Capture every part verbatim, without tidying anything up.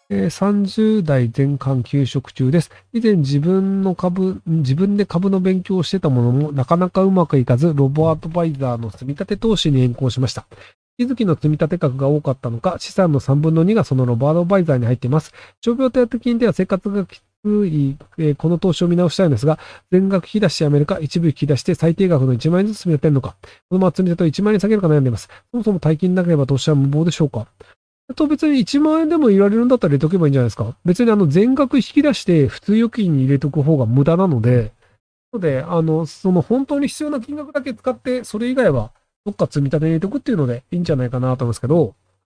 えー、さんじゅう代前半休職中です。以前自分の株、自分で株の勉強をしてたものもなかなかうまくいかず、ロボアドバイザーの積み立て投資に変更しました。月々の積み立て額が多かったのか、資産のさんぶんのにがそのロボアドバイザーに入っています。傷病手当金では生活がきつい、えーこの投資を見直したいんですが、全額引き出しやめるか、一部引き出して最低額のいちまん円ずつ積み立てるのか、このまま積み立てをいちまん円に下げるか悩んでいます。そもそも大金なければ投資は無謀でしょうか。と別にいちまん円でも入れられるんだったら入れとけばいいんじゃないですか。別にあの全額引き出して普通預金に入れとく方が無駄なので、ので、あの、その本当に必要な金額だけ使って、それ以外はどっか積み立てに入れとくっていうのでいいんじゃないかなと思うんですけど、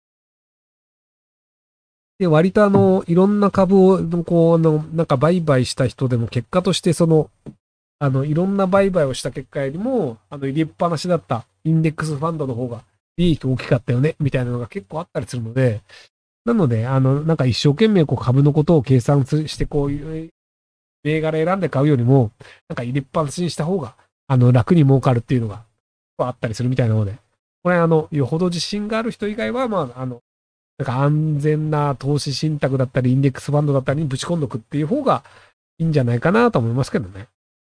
で、割とあの、いろんな株を、こう、あの、なんか売買した人でも結果としてその、あの、いろんな売買をした結果よりも、あの、入れっぱなしだったインデックスファンドの方が利益大きかったよね、みたいなのが結構あったりするので、なので、あの、なんか一生懸命こう株のことを計算して、こういう銘柄選んで買うよりも、なんか入れっぱなしにした方が、あの、楽に儲かるっていうのがあったりするみたいなので、これあの、よほど自信がある人以外は、まあ、あの、なんか安全な投資信託だったり、インデックスファンドだったりにぶち込んどくっていう方がいいんじゃないかなと思いますけどね。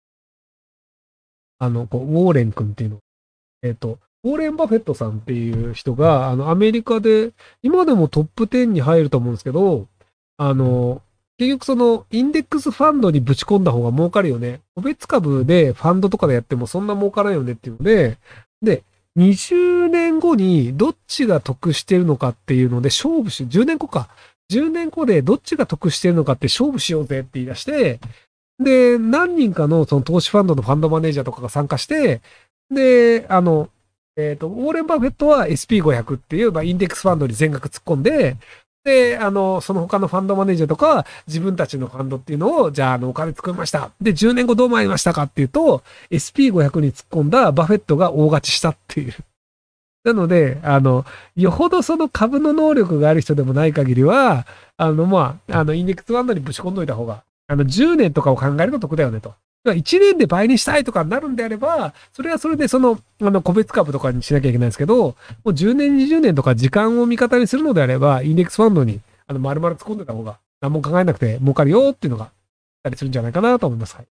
あの、こう、ウォーレン君っていうの。えっと、ウォーレン・バフェットさんっていう人が、あの、アメリカで、今でもトップじゅうに入ると思うんですけど、あの、結局その、インデックスファンドにぶち込んだ方が儲かるよね。個別株でファンドとかでやってもそんな儲からないよねっていうので、で、にじゅうねんごにどっちが得してるのかっていうので勝負し、じゅうねんごか。じゅうねんごでどっちが得してるのかって勝負しようぜって言い出して、で、何人かのその投資ファンドのファンドマネージャーとかが参加して、で、あの、えっと、ウォーレン・バフェットは エスピーごひゃく っていう、まあ、インデックスファンドに全額突っ込んで、で、あの、その他のファンドマネージャーとかは自分たちのファンドっていうのを、じゃあ、あの、お金作りました。で、じゅうねんごどう参りましたかっていうと、エスピーごひゃく に突っ込んだバフェットが大勝ちしたっていう。なので、あの、よほどその株の能力がある人でもない限りは、あの、まあ、あの、インデックスファンドにぶち込んどいた方が、あの、じゅうねんとかを考えると得だよねと。いちねんで倍にしたいとかになるんであれば、それはそれでその、あの、個別株とかにしなきゃいけないんですけど、もうじゅうねん、にじゅうねんとか時間を味方にするのであれば、インデックスファンドに、あの、丸々突っ込んでた方が、何も考えなくて儲かるよっていうのが、あったりするんじゃないかなと思います。はい。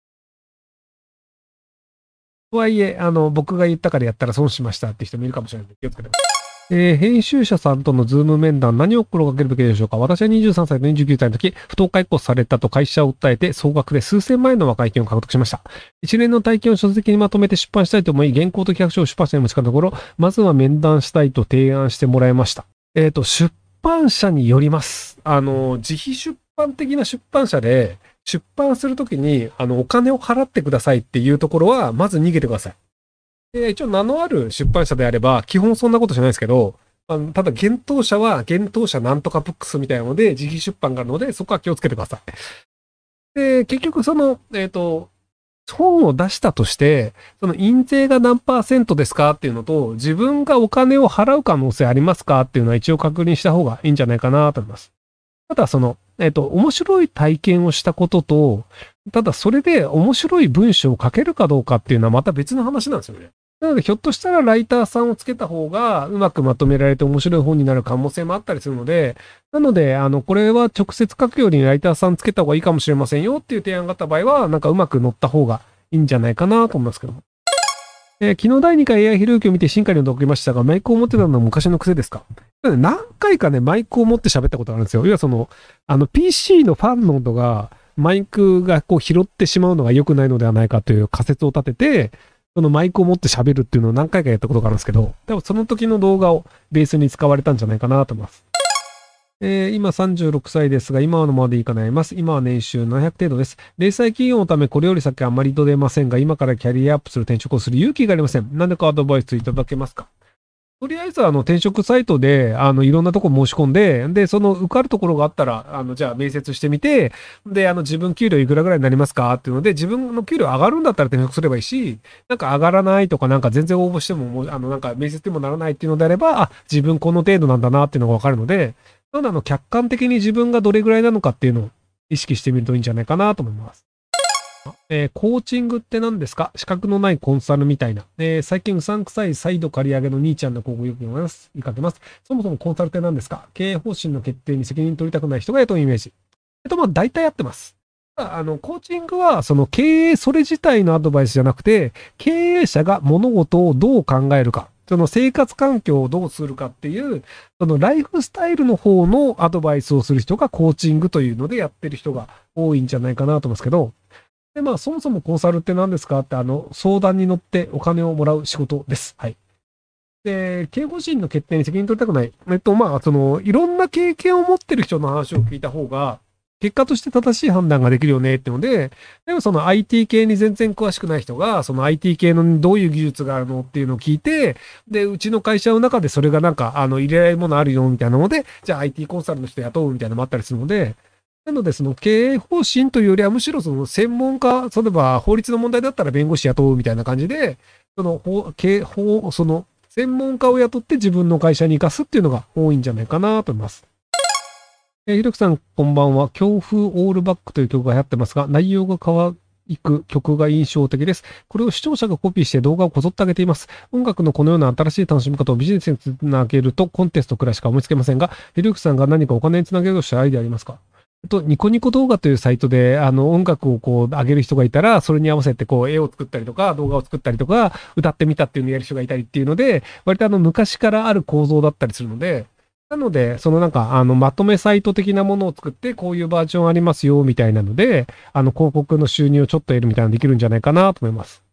とはいえ、あの、僕が言ったからやったら損しましたって人もいるかもしれないので気をつけてください。えー編集者さんとのズーム面談、何を心がけるべきでしょうか。私はにじゅうさんさいとにじゅうきゅうさいの時、不当解雇されたと会社を訴えて、総額で数千万円の和解金を獲得しました。一連の体験を書籍にまとめて出版したいと思い、原稿と企画書を出版社に持ち帰ったところ、まずは面談したいと提案してもらいました。えっと、出版社によります。あの、自費出版的な出版社で、出版するときに、あの、お金を払ってくださいっていうところは、まず逃げてください。で、一応名のある出版社であれば、基本そんなことしないですけど、あのただ、幻冬社は、幻冬社なんとかブックスみたいなので、自費出版があるので、そこは気をつけてください。で、結局その、えっと、本を出したとして、その印税が何パーセントですかっていうのと、自分がお金を払う可能性ありますかっていうのは一応確認した方がいいんじゃないかなと思います。ただ、その、えっと、面白い体験をしたことと、ただそれで面白い文章を書けるかどうかっていうのはまた別の話なんですよね。なので、ひょっとしたらライターさんをつけた方がうまくまとめられて面白い本になる可能性もあったりするので、なので、あの、これは直接書くよりライターさんつけた方がいいかもしれませんよっていう提案があった場合は、なんかうまく乗った方がいいんじゃないかなと思いますけども。えー昨日だいにかい エーアイ ひろゆきを見て進化に驚きましたが、マイクを持ってたのは昔の癖ですか？何回かね、マイクを持って喋ったことがあるんですよ。要はその、あの、ピーシー のファンの音が、マイクがこう拾ってしまうのが良くないのではないかという仮説を立てて、そのマイクを持って喋るっていうのを何回かやったことがあるんですけど、多分その時の動画をベースに使われたんじゃないかなと思います。えー今さんじゅうろくさいですが、今のままでいいか悩みます。今は年収ななひゃく程度です。零細企業のためこれより先はあまりと出ませんが、今からキャリアアップする転職をする勇気がありません。何でかアドバイスいただけますか？とりあえず、あの、転職サイトで、あの、いろんなとこ申し込んで、で、その受かるところがあったら、あの、じゃあ面接してみて、で、あの、自分給料いくらぐらいになりますかっていうので、自分の給料上がるんだったら転職すればいいし、なんか上がらないとか、なんか全然応募しても、もう、あの、なんか面接にもならないっていうのであれば、あ、自分この程度なんだなっていうのがわかるので、なので、あの、客観的に自分がどれぐらいなのかっていうのを意識してみるといいんじゃないかなと思います。 えーコーチングって何ですか？資格のないコンサルみたいな。えー最近うさんくさい再度借り上げの兄ちゃんの広告をよく読みます。見かけます。そもそもコンサルって何ですか？経営方針の決定に責任取りたくない人が雇うイメージ。えっと、まあ、大体やってます。あの、コーチングは、その経営それ自体のアドバイスじゃなくて、経営者が物事をどう考えるか、その生活環境をどうするかっていう、そのライフスタイルの方のアドバイスをする人がコーチングというのでやってる人が多いんじゃないかなと思いますけど、で、まあ、そもそもコンサルって何ですかって、あの、相談に乗ってお金をもらう仕事です。はい。で、経営方針の決定に責任取りたくない。えっと、まあ、その、いろんな経験を持ってる人の話を聞いた方が、結果として正しい判断ができるよねってので、でもその アイティー 系に全然詳しくない人が、その アイティー 系のどういう技術があるのっていうのを聞いて、で、うちの会社の中でそれがなんか、あの、入れられるものあるよみたいなので、じゃあ アイティー コンサルの人雇うみたいなのもあったりするので、なので、その経営方針というよりは、むしろその専門家、例えば法律の問題だったら弁護士雇うみたいな感じで、その法、経法、その専門家を雇って自分の会社に生かすっていうのが多いんじゃないかなと思います。えー、ひろきさん、こんばんは。強風オールバックという曲が流行ってますが、内容が可愛く曲が印象的です。これを視聴者がコピーして動画をこぞってあげています。音楽のこのような新しい楽しみ方をビジネスにつなげるとコンテストくらいしか思いつけませんが、ひろきさんが何かお金につなげようとしたアイデアありますか？えっと、ニコニコ動画というサイトで、あの、音楽をこう、上げる人がいたら、それに合わせてこう、絵を作ったりとか、動画を作ったりとか、歌ってみたっていうのをやる人がいたりっていうので、割とあの、昔からある構造だったりするので、なので、そのなんか、あの、まとめサイト的なものを作って、こういうバージョンありますよ、みたいなので、あの、広告の収入をちょっと得るみたいなのできるんじゃないかなと思います。